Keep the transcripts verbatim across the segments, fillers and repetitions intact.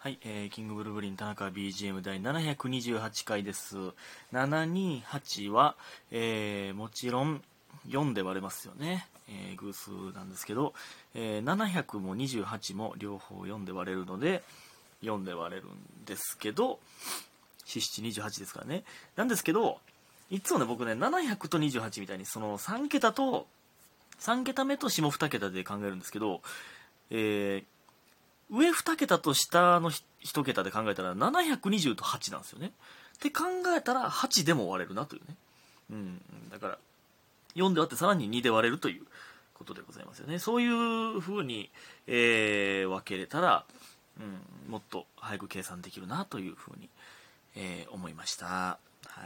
はい、えー、キングブルブリン田中 ビージーエム 第ななひゃくにじゅうはちかいです。ななひゃくにじゅうはちは、えー、もちろんよんで割れますよね。えー、偶数なんですけど、えー、ななひゃくもにじゅうはちも両方よんで割れるので、よんで割れるんですけど、よん、なな、にじゅうはちですからね。なんですけど、いつもね、僕ね、ななひゃくとにじゅうはちみたいに、そのさん桁と、さん桁目と下に桁で考えるんですけど、えー、上に桁と下のいち桁で考えたらななひゃくにじゅうとはちなんですよね。って考えたらはちでも割れるなというね。うん、だからよんで割ってさらににで割れるということでございますよね。そういう風に、えー、分けれたら、うん、もっと早く計算できるなという風に、えー、思いました。はい。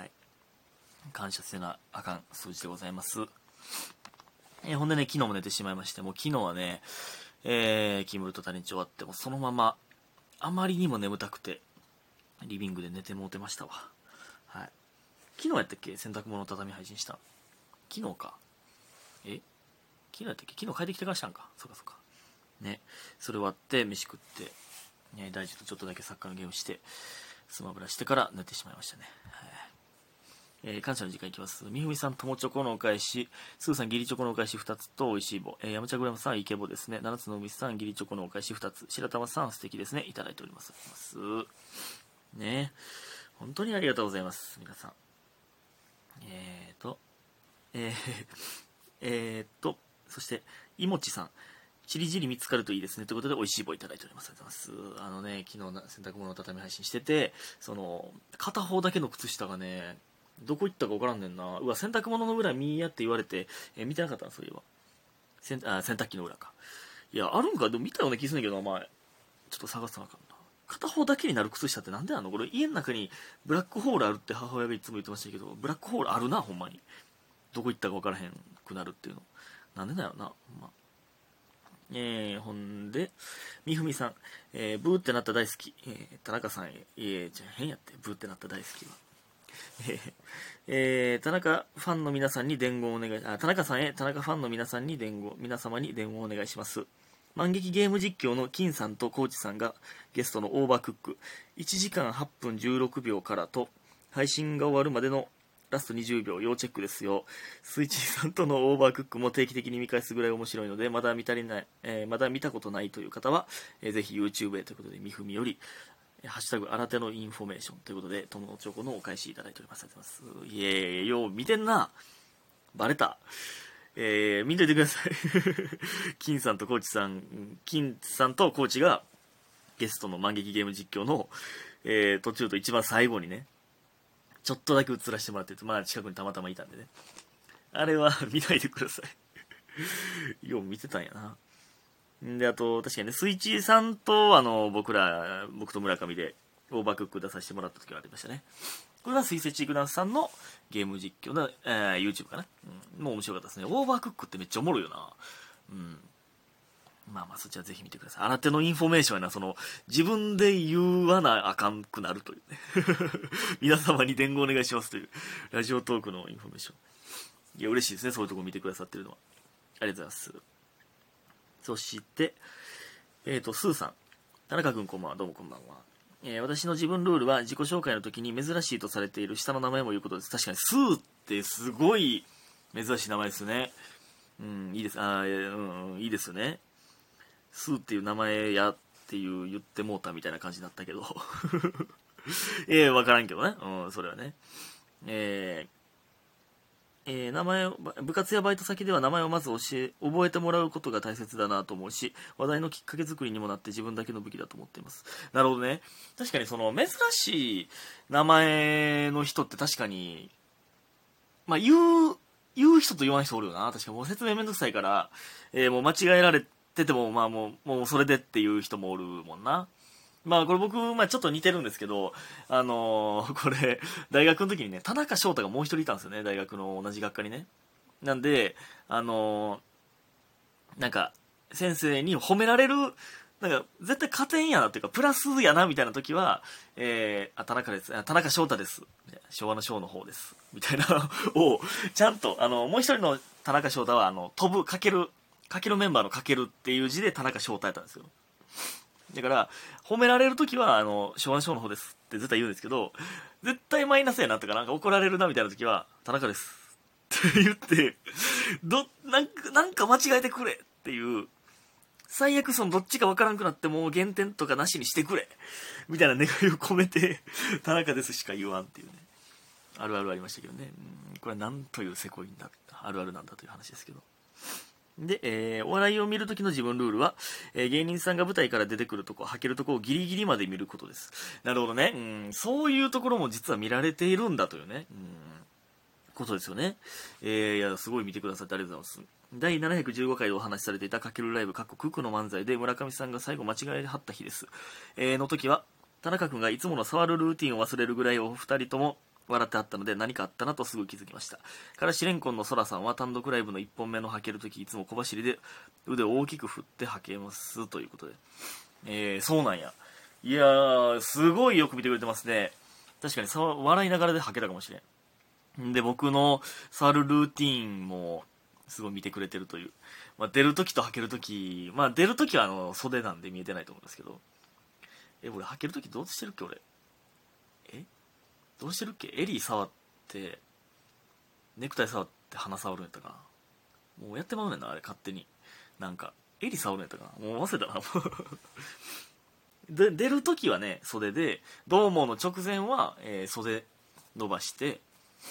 感謝せなあかん数字でございます。えー、ほんでね、昨日も寝てしまいまして、もう昨日はね、えー、キムルとタニチ終わってもそのままあまりにも眠たくてリビングで寝てもうてましたわ。はい。昨日やったっけ、洗濯物畳配信した。昨日か。え昨日やったっけ、昨日帰ってきてからしたんか。そうかそうか。ね。それ終わって飯食って、ね、大事とちょっとだけサッカーのゲームして、スマブラしてから寝てしまいましたね。はい。えー、感謝の時間いきます。みふみさん、ともチョコのお返し、すーさん、ギリチョコのお返しふたつと、おいしい棒。えー、山茶グラムさん、イケボですね。ななつの海さん、ギリチョコのお返しふたつ。白玉さん、素敵ですね。いただいております。ね。本当にありがとうございます。皆さん。えーと、えー、えーと、そして、いもちさん。ちりじり見つかるといいですね。ということで、おいしい棒いただいております。ありがとうございます。あのね、昨日洗濯物の畳配信してて、その、片方だけの靴下がね、どこ行ったか分からんねんな。うわ、洗濯物の裏見やって言われて、えー、見てなかったな、そういえば。洗あ洗濯機の裏か。いや、あるんか、でも見たような気するんだけど、お前。ちょっと探さなあかんな。片方だけになる靴下ってなんであんの？これ家の中にブラックホールあるって母親がいつも言ってましたけど、ブラックホールあるな、ほんまに。どこ行ったか分からへんくなるっていうの。なんでだよな、ほんま。えー、ほんで、みふみさん、えー、ブーってなった大好き。えー、田中さんへ、いえ、じゃ変やって、ブーってなった大好きは。えー、田中ファンの皆さんに伝言をお願い、あ、田中さんへ、田中ファンの皆さんに伝言、皆様に伝言をお願いします。万劇ゲーム実況の金さんとコーチさんがゲストのオーバークック、いちじかんはっぷんじゅうろくびょうからと、配信が終わるまでのラストにじゅうびょう要チェックですよ。スイッチーさんとのオーバークックも定期的に見返すぐらい面白いので、まだ見足りない、えー、まだ見たことないという方は、えー、ぜひ YouTube へということで、みふみより、ハッシュタグ、新手のインフォメーションということで、友のチョコのお返しいただいております。ありがとうございます。いえいえ、よう見てんな。バレた。えー、見といてください。金さんとコーチさん、金さんとコーチがゲストの万劇ゲーム実況の、えー、途中と一番最後にね、ちょっとだけ映らせてもらってて、まあ近くにたまたまいたんでね。あれは見ないでください。よう見てたんやな。で、あと、確かにね、スイッチさんと、あの、僕ら、僕と村上で、オーバークック出させてもらった時がありましたね。これは水星チークダンスさんのゲーム実況の、えー、YouTube かな。うん、もう面白かったですね。オーバークックってめっちゃおもろいよな。うん。まあまあ、そちらぜひ見てください。新手のインフォメーションやな、その、自分で言わなあかんくなるというね。皆様に伝言お願いしますという、ラジオトークのインフォメーション。いや、嬉しいですね、そういうとこ見てくださってるのは。ありがとうございます。そして、えっ、ー、と、スーさん。田中君こんばんは、どうもこんばんは。えー、私の自分ルールは自己紹介の時に珍しいとされている下の名前も言うことです。確かに、スーってすごい珍しい名前ですね。うん、いいです。あー、うん、いいですよね。スーっていう名前やっていう言ってもうたみたいな感じになったけど。えー、わからんけどね。うん、それはね。えー、えー、名前を部活やバイト先では名前をまず教え覚えてもらうことが大切だなと思うし、話題のきっかけ作りにもなって自分だけの武器だと思っています。なるほどね。確かにその珍しい名前の人って確かに、まあ言う言う人と言わない人おるよな。確かにもう説明めんどくさいから、えー、もう間違えられててもまあもうもうそれでっていう人もおるもんな。まあこれ僕、まあちょっと似てるんですけど、あのー、これ、大学の時にね、田中翔太がもう一人いたんですよね、大学の同じ学科にね。なんで、あのー、なんか、先生に褒められる、なんか、絶対加点やなっていうか、プラスやなみたいな時は、えー、あ、田中です、あ、田中翔太です。昭和の翔の方です。みたいなを、ちゃんと、あの、もう一人の田中翔太は、あの、飛ぶ、かける、かけるメンバーのかけるっていう字で田中翔太やったんですよ。 だから褒められるときはあの昭和のショーの方ですって絶対言うんですけど、絶対マイナスやなとかなんか怒られるなみたいなときは田中ですって言ってどなんかなんか間違えてくれっていう、最悪そのどっちかわからんくなっても減点とかなしにしてくれみたいな願いを込めて田中ですしか言わんっていうね、あるあるありましたけどね。うん、これはなんというせこいんだ、あるあるなんだという話ですけど。で、えー、お笑いを見るときの自分ルールは、えー、芸人さんが舞台から出てくるとこ、はけるとこをギリギリまで見ることです。なるほどね。うん、そういうところも実は見られているんだというね、うん、ことですよね。えー、いや、すごい見てくださってありがとうございます。だいななひゃくじゅうごかいでお話しされていたかけるライブ、かっこククの漫才で村上さんが最後間違えはった日です。えー、の時は、田中君がいつもの触るルーティンを忘れるぐらいお二人とも笑ってあったので何かあったなとすぐ気づきました。からしれんこんのそらさんは単独ライブのいっぽんめのはけるときいつも小走りで腕を大きく振ってはけますということで、えー、そうなんや。いやー、すごいよく見てくれてますね。確かにさ笑いながらではけたかもしれん。で、僕の触るルーティンもすごい見てくれてるという、まあ、出るときとはけるとき、まあ出るときはあの袖なんで見えてないと思うんですけど、え、俺はけるときどうしてるっけ俺。えどうしてるっけ。エリー触ってネクタイ触って鼻触るんやったかな。もうやってまうねんなあれ勝手に。なんかエリー触るんやったかな、もう忘れたなで出るときはね袖で、どうもの直前は、えー、袖伸ばして、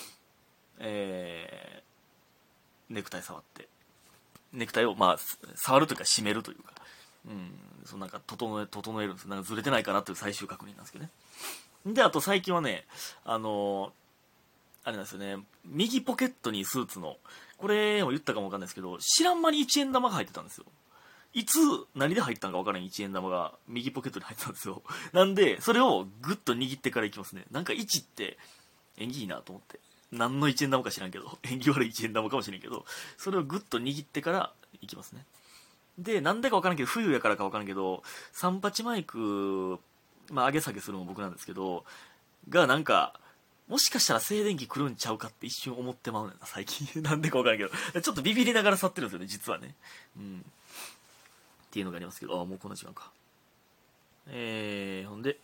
えー、ネクタイ触ってネクタイをまあ触るというか締めるというか、うん、そのなんか整え整えるんです。なんかずれてないかなという最終確認なんですけどね。で、あと最近はね、あのー、あれなんですよね、右ポケットにスーツの、これも言ったかもわかんないですけど、知らん間にいちえん玉が入ってたんですよ。いつ、何で入ったんかわからんいちえん玉が右ポケットに入ってたんですよ。なんで、それをグッと握ってからいきますね。なんかいちって縁起いいなと思って。何のいちえん玉か知らんけど、縁起悪いいちえん玉かもしれんけど、それをグッと握ってからいきますね。で、なんでかわからんけど、冬やからかわからんけど、三八マイク、まあ上げ下げするのも僕なんですけど、がなんか、もしかしたら静電気来るんちゃうかって一瞬思ってまうねんな、最近。なんでかわからんけど。ちょっとビビりながら去ってるんですよね、実はね。うん。っていうのがありますけど、ああ、もうこんな時間か。えー、ほんで、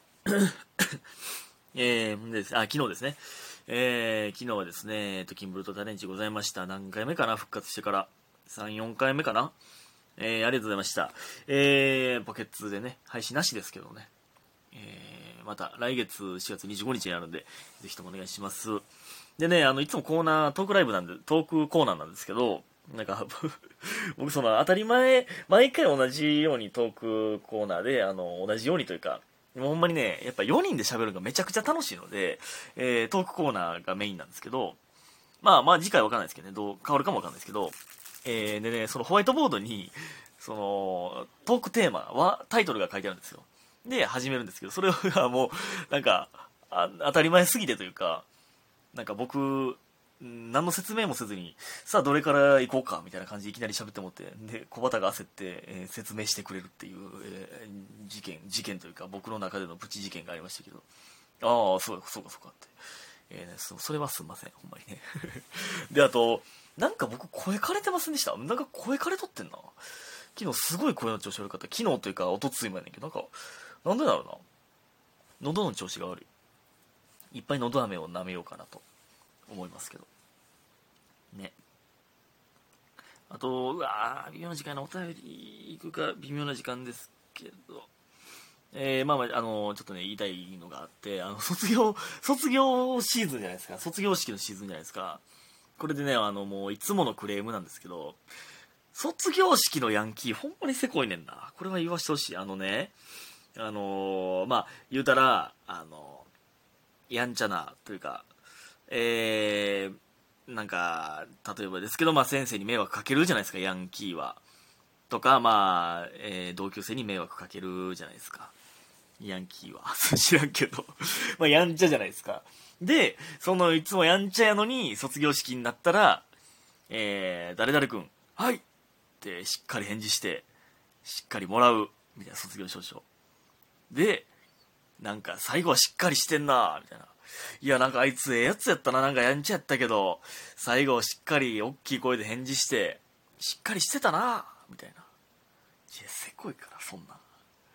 えー、ほんでです、あ、昨日ですね。えー、昨日はですね、えっと、キンブルトタレンチございました。何回目かな、復活してから。さん、よんかいめかな。えー、ありがとうございました。えー、ポケッツでね、配信なしですけどね。えー、また来月しがつにじゅうごにちにあるんで、ぜひともお願いします。でね、あの、いつもコーナー、トークライブなんで、トークコーナーなんですけど、なんか僕その当たり前、毎回同じようにトークコーナーで、あの、同じようにというか、もうほんまにね、やっぱよにんで喋るのがめちゃくちゃ楽しいので、えー、トークコーナーがメインなんですけど、まあまあ次回わかんないですけどね、どう変わるかもわかんないですけど、えー、でね、そのホワイトボードに、その、トークテーマは、タイトルが書いてあるんですよ。で、始めるんですけど、それがもう、なんか、あ当たり前すぎてというか、なんか僕、何の説明もせずに、さあどれから行こうかみたいな感じでいきなり喋ってもって、で、小畑が焦って、えー説明してくれるっていう、えー事件、事件というか、僕の中でのプチ事件がありましたけど、ああ、そうか、そうか、そうかって。えーね、そそれはすんません、ほんまにね。で、あと、なんか僕声枯れてませんでした？なんか声枯れとってんな。昨日すごい声の調子悪かった。昨日というか、おとついもやねんけど、なんか、なんでだろうな。喉の調子が悪い。いっぱい喉飴を舐めようかなと思いますけど。ね。あと、うわー、微妙な時間のお便り行くか微妙な時間ですけど、えー、まあまあ、あの、ちょっとね、言いたいのがあって、あの、卒業、卒業シーズンじゃないですか。卒業式のシーズンじゃないですか。これでね、あの、もう、いつものクレームなんですけど、卒業式のヤンキー、ほんまにせこいねんな。これは言わしてほしい。あのね、あのー、まあ、言うたら、あのー、やんちゃな、というか、えー、なんか、例えばですけど、まあ、先生に迷惑かけるじゃないですか、ヤンキーは。とか、まあ、えー、同級生に迷惑かけるじゃないですか。ヤンキーは。知らんけど。まあ、やんちゃじゃないですか。で、その、いつもやんちゃやのに、卒業式になったら、えー、誰々くん、はいってしっかり返事して、しっかりもらう、みたいな卒業証書。で、なんか、最後はしっかりしてんなみたいな。いや、なんかあいつええやつやったな、なんかやんちゃやったけど、最後しっかり大きい声で返事して、しっかりしてたなみたいな。いや、せこいから、そんな。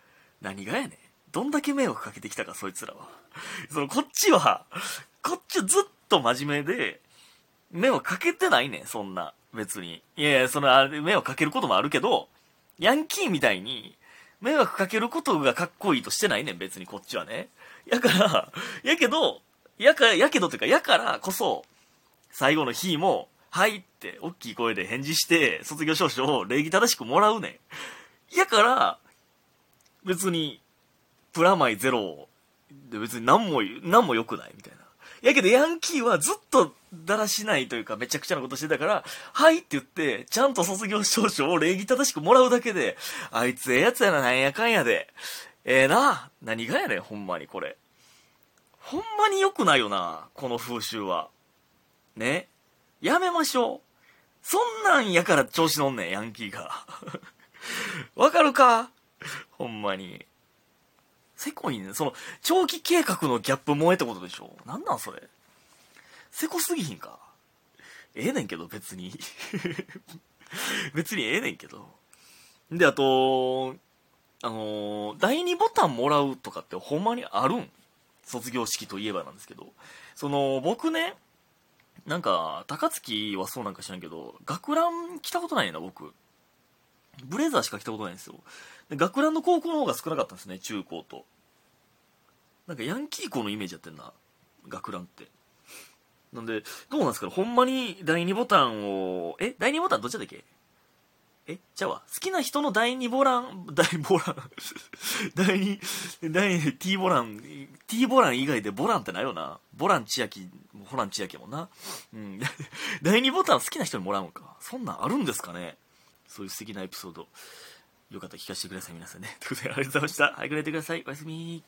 何がやねん。どんだけ迷惑かけてきたか、そいつらは。その、こっちは、こっちはずっと真面目で、迷惑かけてないねん、そんな。別に。いやいや、その、あれ、迷惑かけることもあるけど、ヤンキーみたいに、迷惑かけることがかっこいいとしてないねん、別にこっちはね。やから、やけど、やか、やけどっていうか、やからこそ、最後の日も、はいって、大きい声で返事して、卒業証書を礼儀正しくもらうねん。やから、別に、プラマイゼロで別に何も、何も良くないみたいな。やけどヤンキーはずっとだらしないというかめちゃくちゃなことしてたから、はいって言って、ちゃんと卒業証書を礼儀正しくもらうだけで、あいつええやつやな、なんやかんやで。ええな、何がやねん、ほんまにこれ。ほんまに良くないよな、この風習は。ね。やめましょう。そんなんやから調子乗んねん、ヤンキーが。わかるか？ほんまに。せこいね。その、長期計画のギャップ萌えってことでしょ？なんなんそれ。せこすぎひんか。ええねんけど、別に。別にええねんけど。で、あと、あのー、だいにボタンもらうとかってほんまにあるん？卒業式といえばなんですけど。その、僕ね、なんか、高槻はそうなんか知らんけど、学ラン着たことないねんな、僕。ブレザーしか着たことないんですよ。で学ランの高校の方が少なかったんですね、中高と。なんかヤンキー校のイメージやってんな、学ランって。なんで、どうなんですかね、ほんまにだいにボタンを、えだいにボタンどっちだっけ？えちゃうわ。好きな人のだいにボラン、だいボラン、だいに、だいに、T ボラン、T ボラン以外でボランってないよな。ボラン千秋、ホラン千秋もんな。うん。だいにボタン好きな人にもらうんか。そんなんあるんですかね。そういう素敵なエピソード。よかったら聞かせてください、皆さんね。ということで、ありがとうございました。はい、くれてください。おやすみ。